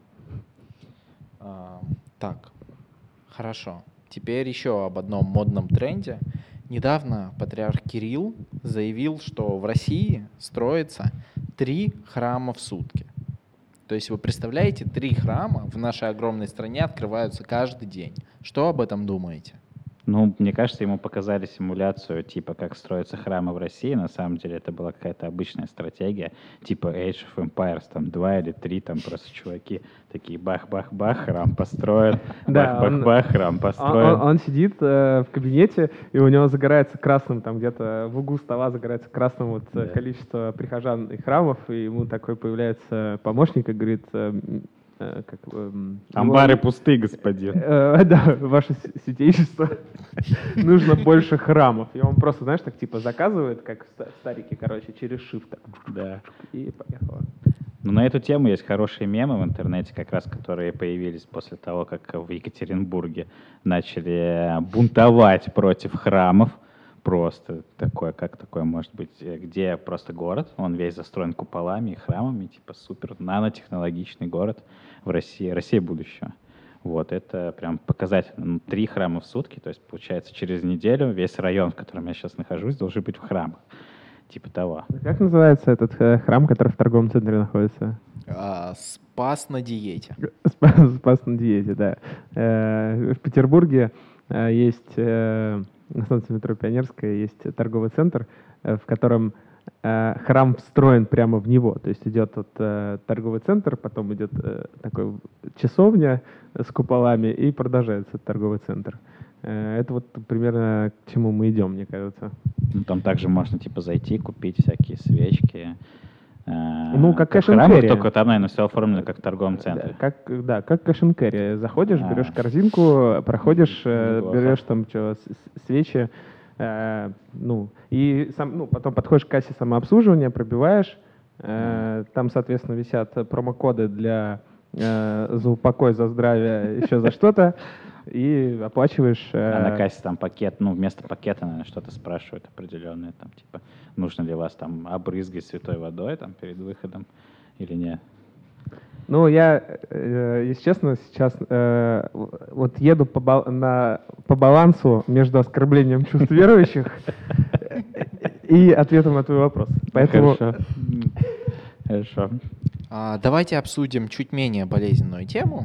А, так, хорошо. Теперь еще об одном модном тренде. Недавно патриарх Кирилл заявил, что в России строится три храма в сутки. То есть вы представляете, три храма в нашей огромной стране открываются каждый день. Что об этом думаете? Ну, мне кажется, ему показали симуляцию, типа, как строятся храмы в России. На самом деле это была какая-то обычная стратегия, типа Age of Empires, там, два или три, там просто чуваки такие бах-бах-бах, храм построен, Да, он- бах-бах-бах, храм Он, построен. он- он сидит э, в кабинете, и у него загорается красным, там где-то в углу стола загорается красным вот, э, Да. количество прихожан и храмов, и ему такой появляется помощник и говорит, э, м, э, как, эм, Амбары его- пусты, господин. Э, да, ваше с- святейшество, нужно больше храмов. И он просто, знаешь, так типа заказывает, как ста- старики, короче, через shift, так, Да. и поехало. Ну, на эту тему есть хорошие мемы в интернете, как раз которые появились после того, как в Екатеринбурге начали бунтовать против храмов. Просто такое, как такое может быть, э, где просто город, он весь застроен куполами и храмами, типа супер нанотехнологичный город в России, Россия будущего. Вот, это прям показательно. Ну, три храма в сутки, то есть, получается, через неделю весь район, в котором я сейчас нахожусь, должен быть в храмах. Типа того. Как называется этот э, храм, который в торговом центре находится? А, Спас на диете. Спас, спас на диете, да. Э, В Петербурге э, есть, э, на станции метро Пионерская, есть торговый центр, э, в котором э, храм встроен прямо в него. То есть идет вот, э, торговый центр, потом идет э, такой часовня, с куполами и продолжается торговый центр. Это вот примерно к чему мы идем, мне кажется. Ну, там также можно типа зайти, купить всякие свечки. Ну, как кэш н кэрри. Только там, наверное, все оформлено как в торговом центре. Как, да, как кэш н кэрри. Заходишь, А. берешь корзинку, проходишь, Неплохо. берешь там что, свечи, э, ну, и сам, ну, потом подходишь к кассе самообслуживания, пробиваешь, э, там, соответственно, висят промокоды для э, за упокой, за здравие, еще за что-то, и оплачиваешь. Э, А на кассе там пакет, ну, вместо пакета, наверное, что-то спрашивают определенное, там, типа, нужно ли вас там обрызгать святой водой там перед выходом или нет. Ну, я, э, если честно, сейчас э, вот еду по, бал- на, по балансу между оскорблением чувств верующих и ответом на твой вопрос. Поэтому... Хорошо. Хорошо. А, давайте обсудим чуть менее болезненную тему.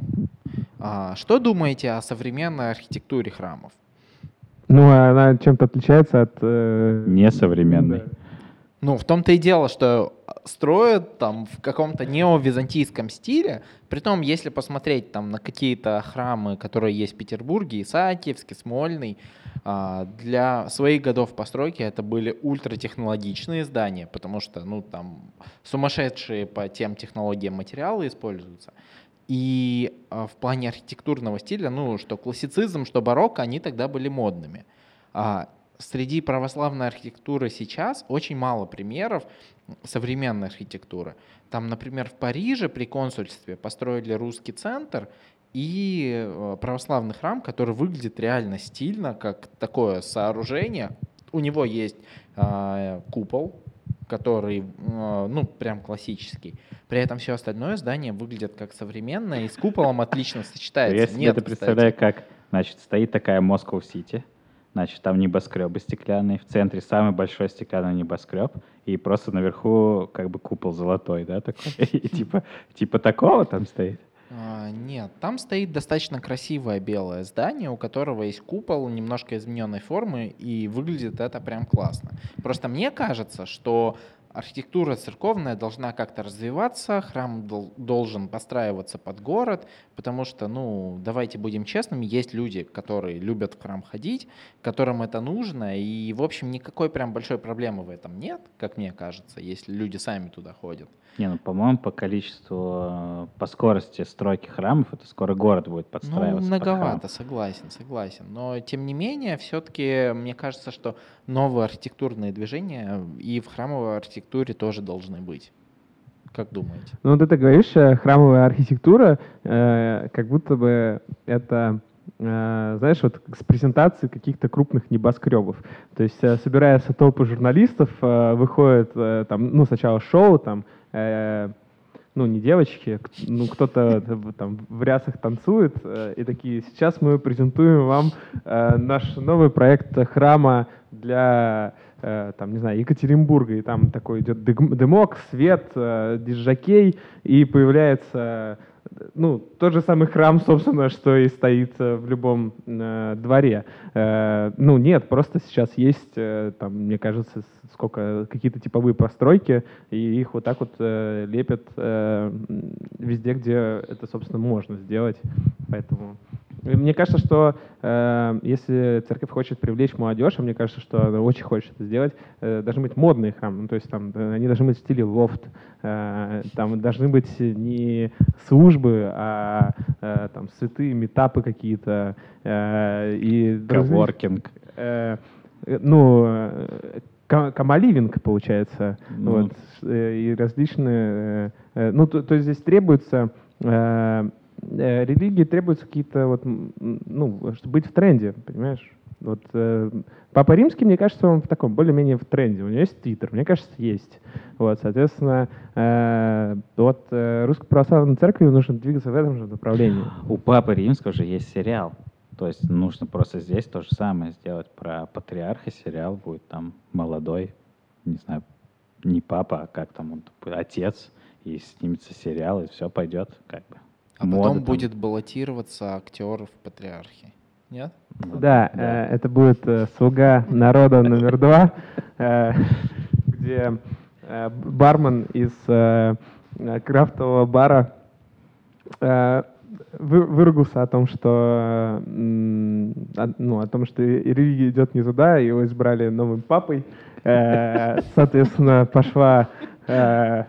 А, что думаете о современной архитектуре храмов? Ну, она чем-то отличается от... э, Несовременный. да. Ну, в том-то и дело, что строят там в каком-то неовизантийском стиле. Притом, если посмотреть там на какие-то храмы, которые есть в Петербурге, Исаакиевский, Смольный, а, для своих годов постройки это были ультратехнологичные здания, потому что, ну, там сумасшедшие по тем технологиям материалы используются. И а, в плане архитектурного стиля, ну, что классицизм, что барокко, они тогда были модными. А, Среди православной архитектуры сейчас очень мало примеров современной архитектуры. Там, например, в Париже при консульстве построили русский центр и э, православный храм, который выглядит реально стильно, как такое сооружение. У него есть э, купол, который, э, ну, прям классический. При этом все остальное здание выглядит как современное и с куполом отлично сочетается. Я себе Нет, это представляю, как, значит, стоит такая Москва-Сити, значит, там небоскребы стеклянные, в центре самый большой стеклянный небоскреб, и просто наверху как бы купол золотой, да, такой, и типа, типа такого там стоит. А, Нет, там стоит достаточно красивое белое здание, у которого есть купол немножко измененной формы, и выглядит это прям классно. Просто мне кажется, что архитектура церковная должна как-то развиваться, храм дол- должен подстраиваться под город, потому что, ну, давайте будем честными, есть люди, которые любят в храм ходить, которым это нужно, и, в общем, никакой прям большой проблемы в этом нет, как мне кажется, если люди сами туда ходят. Не, ну, по-моему, по количеству, э, по скорости стройки храмов, это скоро город будет Ну, подстраиваться под храм. многовато, согласен, согласен. Но, тем не менее, все-таки мне кажется, что новые архитектурные движения и в храмовой архитектуре тоже должны быть. Как думаете? Ну, вот ты говоришь, э, храмовая архитектура, э, как будто бы это, э, знаешь, вот с презентации каких-то крупных небоскребов. То есть э, собираются толпы журналистов, э, выходит э, там, ну, сначала шоу, там, э, ну, не девочки, к- ну, кто-то в- там в рясах танцует, э, и такие, сейчас мы презентуем вам э, наш новый проект храма для, э, там, не знаю, Екатеринбурга, и там такой идет дым- дымок, свет, э, диджокей, и появляется, э, ну, тот же самый храм, собственно, что и стоит э, в любом э, дворе. Э, ну, нет, просто сейчас есть, э, там, мне кажется, с- сколько, какие-то типовые постройки, и их вот так вот э, лепят э, м, везде, где это, собственно, можно сделать. Поэтому и мне кажется, что э, если церковь хочет привлечь молодежь, а мне кажется, что она очень хочет это сделать, э, должны быть модные храмы. Ну, то есть там э, они должны быть в стиле лофт, э, там должны быть не службы, а э, там святые метапы какие-то. э, и должны- Коворкинг. э, э, ну, э, ка- камаливинг, получается, Ну. вот, э, и различные, э, э, ну, то, то есть здесь требуется, э, э, религии требуются какие-то, вот, м, ну, чтобы быть в тренде, понимаешь? Вот э, Папа Римский, мне кажется, он в таком более-менее в тренде. У него есть Твиттер, мне кажется, есть. Вот, соответственно, э, вот э, Русской Православной Церкви нужно двигаться в этом же направлении. У Папы Римского же есть сериал. То есть нужно просто здесь то же самое сделать. Про патриарха сериал будет там молодой, не знаю, не папа, а как там он, отец, и снимется сериал, и все пойдет как бы. А Мода потом там. будет баллотироваться актер в патриархе. Нет? Ну, Да, э, это будет э, «Слуга народа» номер два, э, где э, бармен из э, э, крафтового бара э, вы, выругался о том, что, м, о, ну, о том, что религия идет не туда, его избрали новым папой. Э, соответственно, пошла э,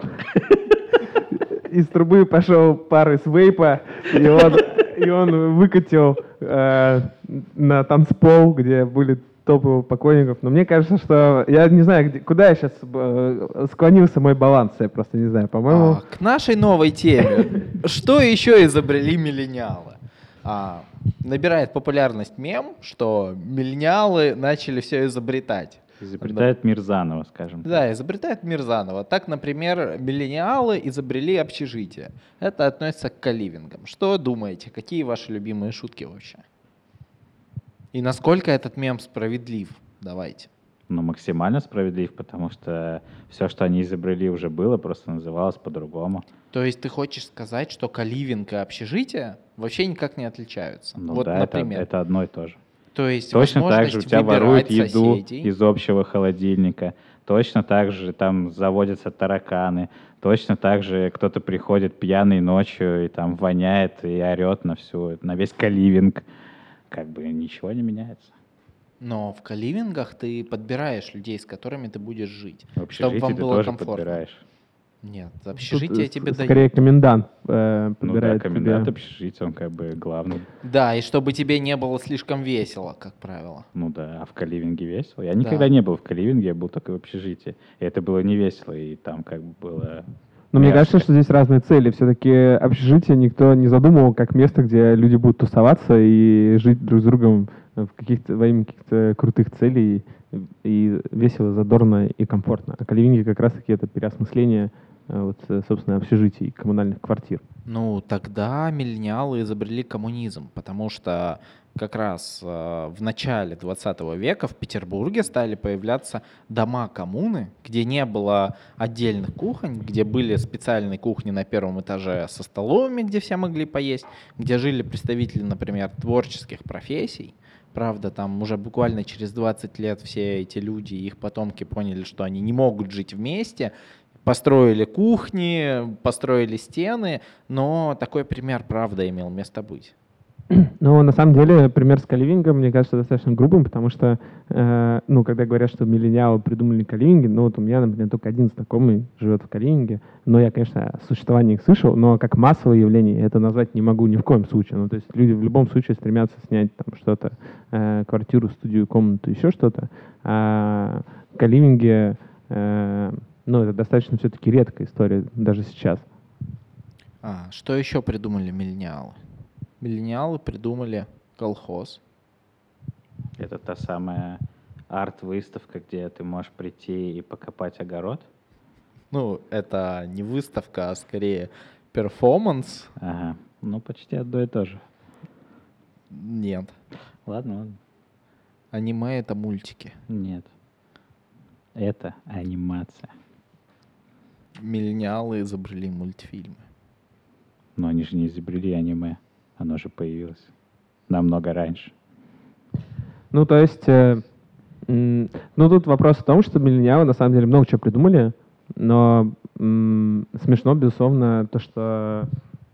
из трубы пошел пар из вейпа, и он, и он выкатил э, на танцпол, где были толпы поклонников. Но мне кажется, что я не знаю, где, куда я сейчас э, склонился мой баланс, я просто не знаю, по-моему. А, к нашей новой теме. Что еще изобрели миллениалы? А, набирает популярность мем, что миллениалы начали все изобретать. Изобретает мир заново, скажем так. Да, изобретает мир заново. Так, например, миллениалы изобрели общежитие. Это относится к коливингам. Что думаете? Какие ваши любимые шутки вообще? И насколько этот мем справедлив? Давайте. Ну, максимально справедлив, потому что все, что они изобрели, уже было, просто называлось по-другому. То есть ты хочешь сказать, что коливинг и общежитие вообще никак не отличаются? Ну вот, да, например. Это, это одно и то же. То есть точно так же у тебя воруют еду соседей. из общего холодильника, точно так же там заводятся тараканы, точно так же кто-то приходит пьяный ночью и там воняет и орет на всю, на весь коливинг. Как бы ничего не меняется. Но в коливингах ты подбираешь людей, с которыми ты будешь жить, В общежитии чтобы вам ты было тоже комфортно. подбираешь. Нет, Тут, общежитие э, тебе дают. скорее комендант э, Ну да, подбирает комендант тебе. общежития, он как бы главный. Да, и чтобы тебе не было слишком весело, как правило. Ну да, а в коливинге весело. Я никогда Да. не был в коливинге, я был только в общежитии. И это было не весело, и там как бы было... Но мне мерзко. кажется, что здесь разные цели. Все-таки общежитие никто не задумывал как место, где люди будут тусоваться и жить друг с другом в каких-то, во имя каких-то крутых целей, и весело, задорно и комфортно. А коливинги как раз-таки это переосмысление, э, вот, э, собственно, общежитий, коммунальных квартир. Ну, тогда миллениалы изобрели коммунизм, потому что как раз э, в начале двадцатого века в Петербурге стали появляться дома-коммуны, где не было отдельных кухонь, где были специальные кухни на первом этаже со столовыми, где все могли поесть, где жили представители, например, творческих профессий. Правда, там уже буквально через двадцать лет все эти люди и их потомки поняли, что они не могут жить вместе, построили кухни, построили стены, но такой пример, правда, имел место быть. Но на самом деле пример с коливингом, мне кажется, достаточно грубым, потому что, э, ну, когда говорят, что миллениалы придумали коливинги, ну, вот у меня, например, только один знакомый живет в коливинге, но я, конечно, о существовании их слышал, но как массовое явление это назвать не могу ни в коем случае. Ну, то есть люди в любом случае стремятся снять там что-то, э, квартиру, студию, комнату, еще что-то. А коливинги, э, ну, это достаточно все-таки редкая история даже сейчас. А, что еще придумали миллениалы? Миллениалы придумали колхоз. Это та самая арт-выставка, где ты можешь прийти и покопать огород. Ну, это не выставка, а скорее перформанс. Ага, ну почти одно и то же. Нет. Ладно, ладно. Аниме — это мультики. Нет. Это анимация. Миллениалы изобрели мультфильмы. Но они же не изобрели аниме. Оно же появилось намного раньше. Ну, то есть, э, м, ну, тут вопрос в том, что миллениалы на самом деле много чего придумали, но м, смешно, безусловно, то, что,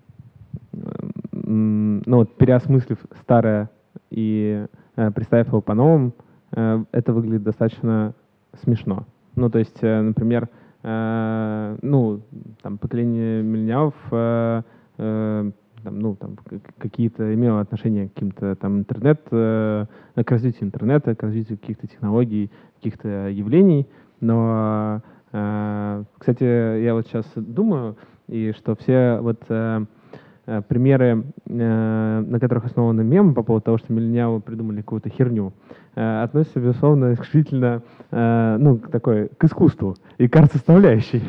м, ну, вот, переосмыслив старое и э, представив его по-новому, э, это выглядит достаточно смешно. Ну, то есть, э, например, э, ну, там, поколение миллениалов, э, э, там, ну, там, какие-то имело отношение к каким-то там интернет, э, к развитию интернета, к развитию каких-то технологий, каких-то явлений. Но, э, кстати, я вот сейчас думаю, и что все вот э, э, примеры, э, на которых основаны мемы по поводу того, что миллениалы придумали какую-то херню, э, относятся, безусловно, исключительно э, ну, к такой, к искусству и к арт-составляющей.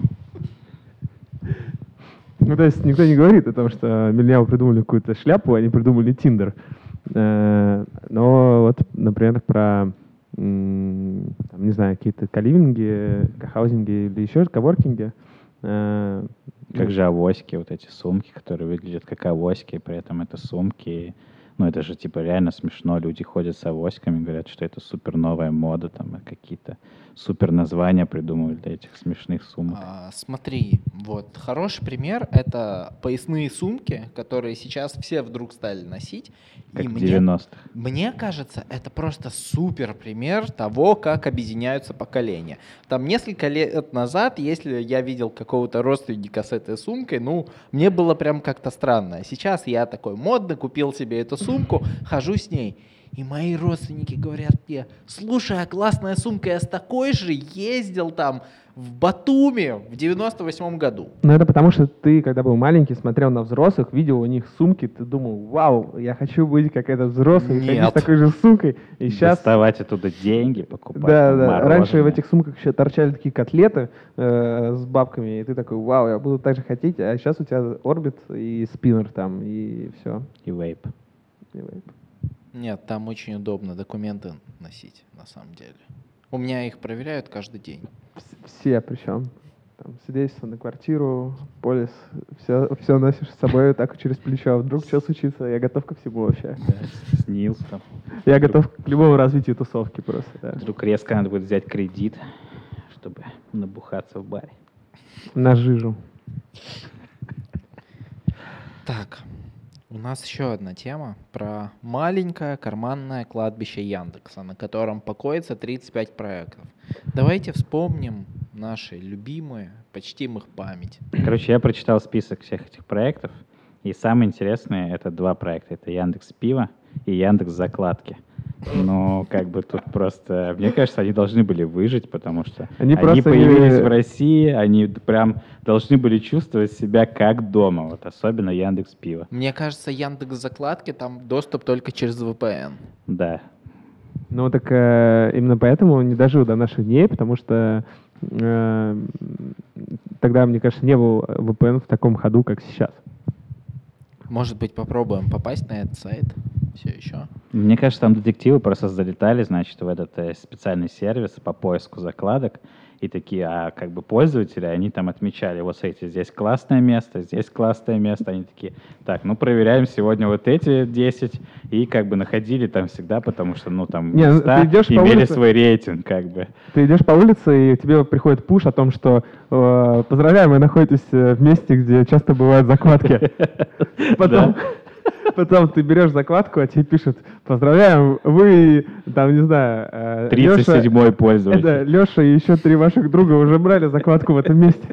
Ну, то есть никто не говорит о том, что миллениалы придумали какую-то шляпу, они придумали Тиндер. Э, Но вот, например, про, м, там, не знаю, какие-то коливинги, кохаузинги или еще коворкинги. э, Как же авоськи, вот эти сумки, которые выглядят как авоськи, при этом это сумки. Ну, это же, типа, реально смешно. Люди ходят с авоськами, говорят, что это супер новая мода, там, и какие-то супер названия придумывают для этих смешных сумок. А, смотри, вот хороший пример — это поясные сумки, которые сейчас все вдруг стали носить. Как и в мне, девяностых. мне кажется, это просто супер пример того, как объединяются поколения. Там несколько лет назад, если я видел какого-то родственника с этой сумкой, ну, мне было прям как-то странно. Сейчас я такой модный, купил себе эту сумку, хожу с ней. И мои родственники говорят мне: слушай, а классная сумка, я с такой же ездил там в Батуми в девяносто восьмом году. Ну, это потому, что ты, когда был маленький, смотрел на взрослых, видел у них сумки, ты думал: вау, я хочу быть как этот взрослый, ходить Нет. с такой же сумкой. И сейчас... Доставать оттуда деньги, покупать Да, там да. мороженое. Раньше в этих сумках еще торчали такие котлеты э, с бабками, и ты такой: вау, я буду так же хотеть. А сейчас у тебя орбит и спиннер там, и все. И вейп. И вейп. Нет, там очень удобно документы носить, на самом деле. У меня их проверяют каждый день. Вс- Все причем. Там, свидетельство на квартиру, полис, все, все носишь с собой так через плечо. А вдруг что случится? Я готов ко всему вообще. Да, снился там. Я готов к любому развитию тусовки просто. Да. Вдруг резко надо будет взять кредит, чтобы набухаться в баре. На жижу. Так, у нас еще одна тема про маленькое карманное кладбище Яндекса, на котором покоится тридцать пять проектов. Давайте вспомним наши любимые, почтим их память. Короче, я прочитал список всех этих проектов, и самое интересное — это два проекта. Это Яндекс Пиво и Яндекс Закладки. Ну, как бы тут просто... Мне кажется, они должны были выжить, потому что Они они, просто появились не- в России, они прям должны были чувствовать себя как дома. Вот особенно Яндекс Пиво. Мне кажется, Яндекс Закладки там доступ только через ви пи эн. Да. Ну, так э, именно поэтому он не дожил до наших дней, потому что э, тогда, мне кажется, не был ви пи эн в таком ходу, как сейчас. Может быть, попробуем попасть на этот сайт все еще? Мне кажется, там детективы просто залетали, значит, в этот э, специальный сервис по поиску закладок, и такие, а как бы пользователи, они там отмечали: вот смотрите, здесь классное место, здесь классное место. Они такие: так, ну проверяем сегодня вот эти десять, и как бы находили там всегда, потому что, ну, там Не, ну, места ты идешь по имели улице- свой рейтинг, как бы. Ты идешь по улице, и тебе приходит пуш о том, что э, поздравляем, вы находитесь э, в месте, где часто бывают закладки. Потом, потом ты берешь закладку, а тебе пишут: поздравляем, вы, там, не знаю, э, тридцать Лёша- седьмой пользователь. Это Леша и еще три ваших друга уже брали закладку в этом месте.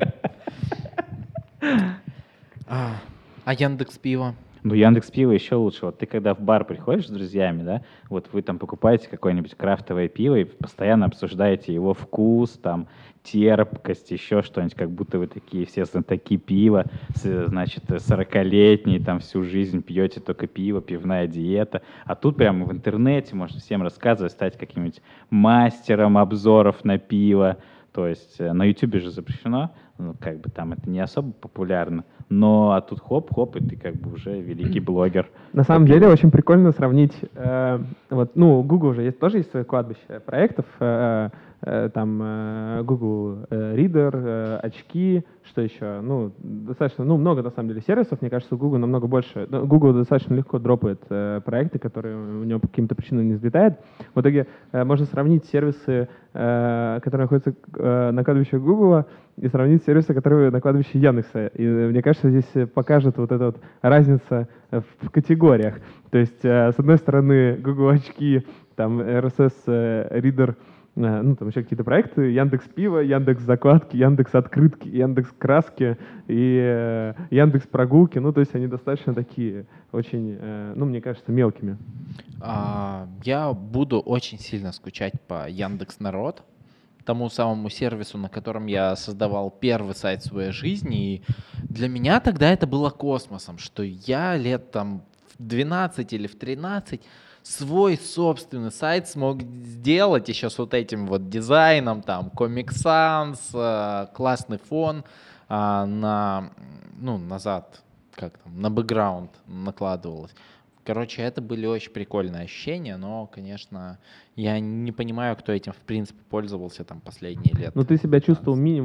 А, а Яндекс Пиво? Ну, Яндекс Пиво еще лучше. Вот ты когда в бар приходишь с друзьями, да, вот вы там покупаете какое-нибудь крафтовое пиво и постоянно обсуждаете его вкус, там, терпкость, еще что-нибудь, как будто вы такие все знатоки пива, с- значит, сорокалетние, там, всю жизнь пьете только пиво, пивная диета. А тут прямо в интернете можно всем рассказывать, стать каким-нибудь мастером обзоров на пиво. То есть э, на Ютубе же запрещено, ну, как бы там это не особо популярно, но а тут хоп-хоп, и ты как бы уже великий блогер. На самом По пиву. деле очень прикольно сравнить, э, вот, ну, у Google же есть, тоже есть свое кладбище проектов, э, э, там э, Google э, Reader, э, очки, что еще, ну, достаточно, ну, много на самом деле сервисов, мне кажется, у Google намного больше, ну, Google достаточно легко дропает э, проекты, которые у него по каким-то причинам не взлетают. В итоге э, можно сравнить сервисы, э, которые находятся э, на кладбище Google, и сравнить сервисы, которые на кладбище Яндекса. И э, мне кажется, здесь э, покажет вот эта вот разница э, в категориях. То есть, э, с одной стороны, Google очки, там, эр эс эс э, Reader, э, ну, там еще какие-то проекты, Яндекс Пиво, Яндекс Закладки, Яндекс Открытки, Яндекс Краски и э, Яндекс Прогулки. Ну, то есть они достаточно такие, очень, э, ну, мне кажется, мелкими. А, я буду очень сильно скучать по Яндекс Народ, тому самому сервису, на котором я создавал первый сайт в своей жизни. И для меня тогда это было космосом, что я лет там в двенадцать или в тринадцать свой собственный сайт смог сделать еще с вот этим вот дизайном, там, Comic Sans, э, классный фон, а, на, ну, назад, как там, на бэкграунд накладывалось. Короче, это были очень прикольные ощущения, но, конечно, я не понимаю, кто этим, в принципе, пользовался там последние лет. Но ты себя чувствовал минимум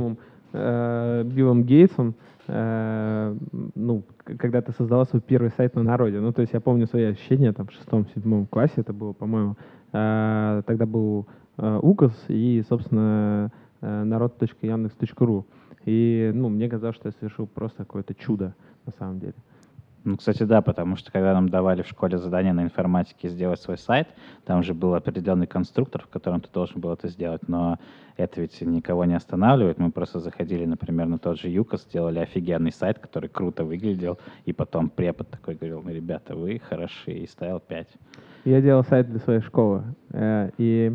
э, Биллом Гейтсом, э, ну, к- когда ты создавал свой первый сайт на народе. Ну, то есть я помню свои ощущения там в шестом-седьмом классе, это было, по-моему, э, тогда был э, УКОС и, собственно, э, народ точка яндекс точка ру. И, ну, мне казалось, что я совершил просто какое-то чудо на самом деле. Ну, кстати, да, потому что когда нам давали в школе задание на информатике сделать свой сайт, там же был определенный конструктор, в котором ты должен был это сделать, но это ведь никого не останавливает. Мы просто заходили, например, на тот же ЮКОС, сделали офигенный сайт, который круто выглядел, и потом препод такой говорил: ну, ребята, вы хороши, и ставил пять. Я делал сайт для своей школы, э, и,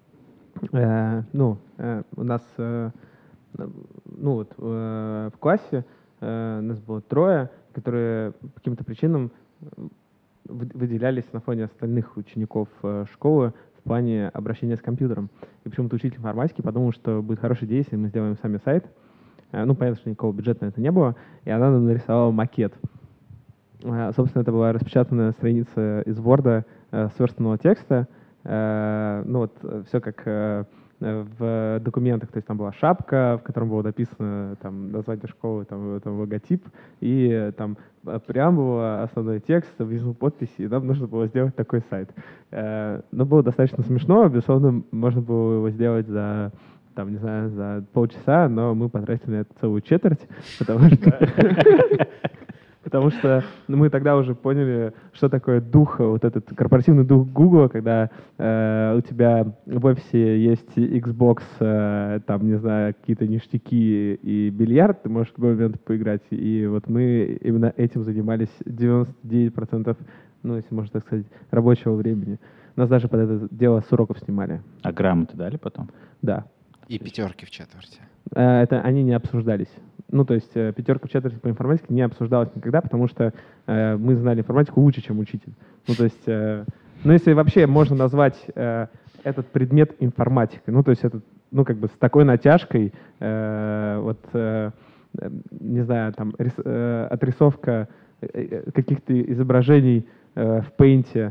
э, ну, э, у нас, э, ну, вот, э, в классе э, нас было трое, которые по каким-то причинам э, вы- выделялись на фоне остальных учеников э, школы в плане обращения с компьютером. И почему-то учитель информатики подумал, что будет хорошая идея, если мы сделаем сами сайт. Э, Ну, понятно, что никакого бюджета на это не было, и она нам нарисовала макет. Э, Собственно, это была распечатанная страница из Word, э, сверстанного текста. Э, Ну вот все как э, э, в документах, то есть там была шапка, в котором было написано там название школы, там, там логотип, и э, там э, преамбула, основной текст, внизу подписи, и нам нужно было сделать такой сайт. Э, Но было достаточно смешно, безусловно, можно было его сделать за там, не знаю, за полчаса, но мы потратили на это целую четверть, потому что Потому что ну, мы тогда уже поняли, что такое дух, вот этот корпоративный дух Google, когда э, у тебя в офисе есть Xbox, э, там, не знаю, какие-то ништяки и бильярд, ты можешь в любой момент поиграть. И вот мы именно этим занимались девяносто девять процентов, ну, если можно так сказать, рабочего времени. Нас даже под это дело с уроков снимали. А грамоты дали потом? Да. И пятерки в четверти. Э, Это они не обсуждались. Ну, то есть э, пятерка в четверти по информатике не обсуждалась никогда, потому что э, мы знали информатику лучше, чем учитель. Ну, то есть, э, ну, если вообще можно назвать э, этот предмет информатикой, ну, то есть это, ну, как бы с такой натяжкой, э, вот, э, э, не знаю, там, рис, э, отрисовка э, э, каких-то изображений э, в Paint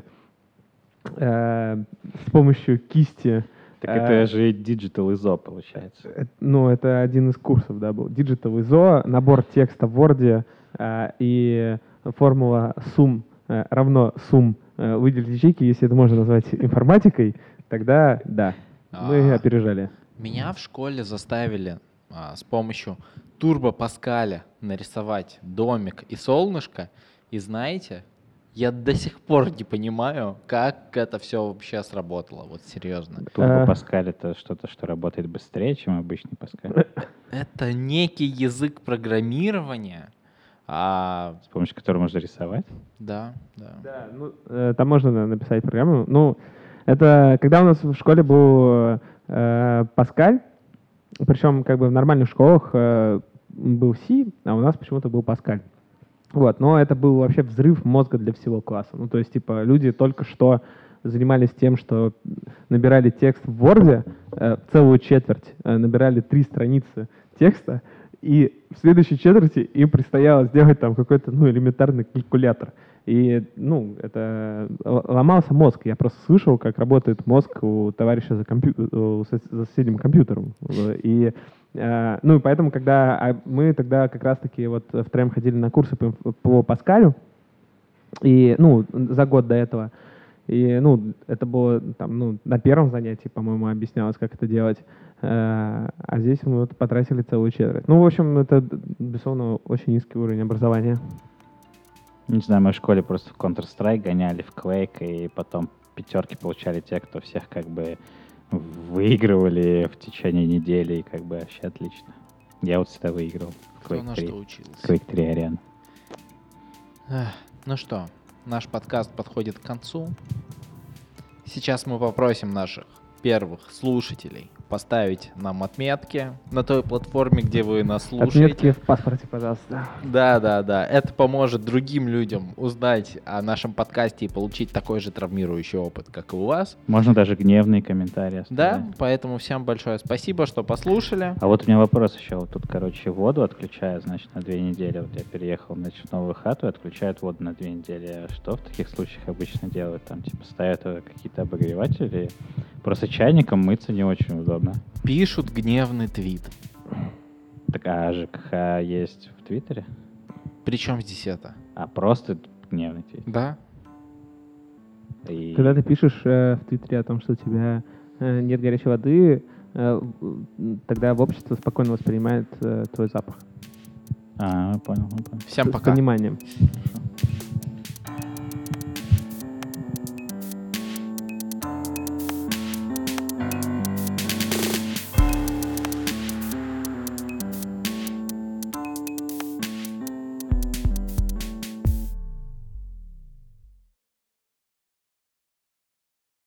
э, с помощью кисти. Так Э, это же Digital ай эс о получается. Э, Ну, это один из курсов, да, был. Digital ай эс о, набор текста в Word э, и формула сумм э, равно сумм э, выделить ячейки. Если это можно назвать информатикой, тогда да, мы А. опережали. Меня в школе заставили а, с помощью Турбо Паскаля нарисовать домик и солнышко. И знаете, я до сих пор не понимаю, как это все вообще сработало. Вот серьезно. Турбо Э. Паскаль — это что-то, что работает быстрее, чем обычный Паскаль, Это некий язык программирования. А, с помощью которого можно рисовать. да, да. Да, ну, э, там можно да, написать программу. Ну, это когда у нас в школе был э, Паскаль, причем как бы в нормальных школах э, был C, а у нас почему-то был Паскаль. Вот, но это был вообще взрыв мозга для всего класса. Ну, то есть, типа, люди только что занимались тем, что набирали текст в Word, э, целую четверть, э, набирали три страницы текста, и в следующей четверти им предстояло сделать там какой-то, ну, элементарный калькулятор. И, ну, это л- ломался мозг. Я просто слышал, как работает мозг у товарища за, компью- у сос- за соседним компьютером. И Э, ну и поэтому, когда а мы тогда как раз-таки вот втроем ходили на курсы по, инф- по Паскалю, и, ну, за год до этого, и, ну, это было там, ну, на первом занятии, по-моему, объяснялось, как это делать, Э, а здесь мы вот потратили целую четверть. Ну, в общем, это, безусловно, очень низкий уровень образования. Не знаю, мы в школе просто в Counter-Strike гоняли, в Quake, и потом пятерки получали те, кто всех как бы выигрывали в течение недели, и как бы вообще отлично. Я вот всегда выигрывал в Кто Quake на три. что учился. Quake три арена. Эх, Ну что, наш подкаст подходит к концу. Сейчас мы попросим наших первых слушателей поставить нам отметки на той платформе, где вы нас слушаете. Отметки в паспорте, пожалуйста. Да, да, да. Это поможет другим людям узнать о нашем подкасте и получить такой же травмирующий опыт, как и у вас. Можно даже гневные комментарии Да, оставлять. поэтому всем большое спасибо, что послушали. А вот у меня вопрос еще. Вот тут, короче, воду отключают, значит, на две недели. Вот я переехал, значит, в новую хату и отключают воду на две недели. А что в таких случаях обычно делают? Там, типа, ставят э, какие-то обогреватели. Просто чайником мыться не очень удобно. Пишут гневный твит. Так, а ЖКХ есть в Твиттере? Причем здесь это? А просто гневный твит? Да. И... Когда ты пишешь э, в Твиттере о том, что у тебя э, нет горячей воды, э, тогда в обществе спокойно воспринимает э, твой запах. А, понял, понял. Всем С пока. пониманием. Хорошо.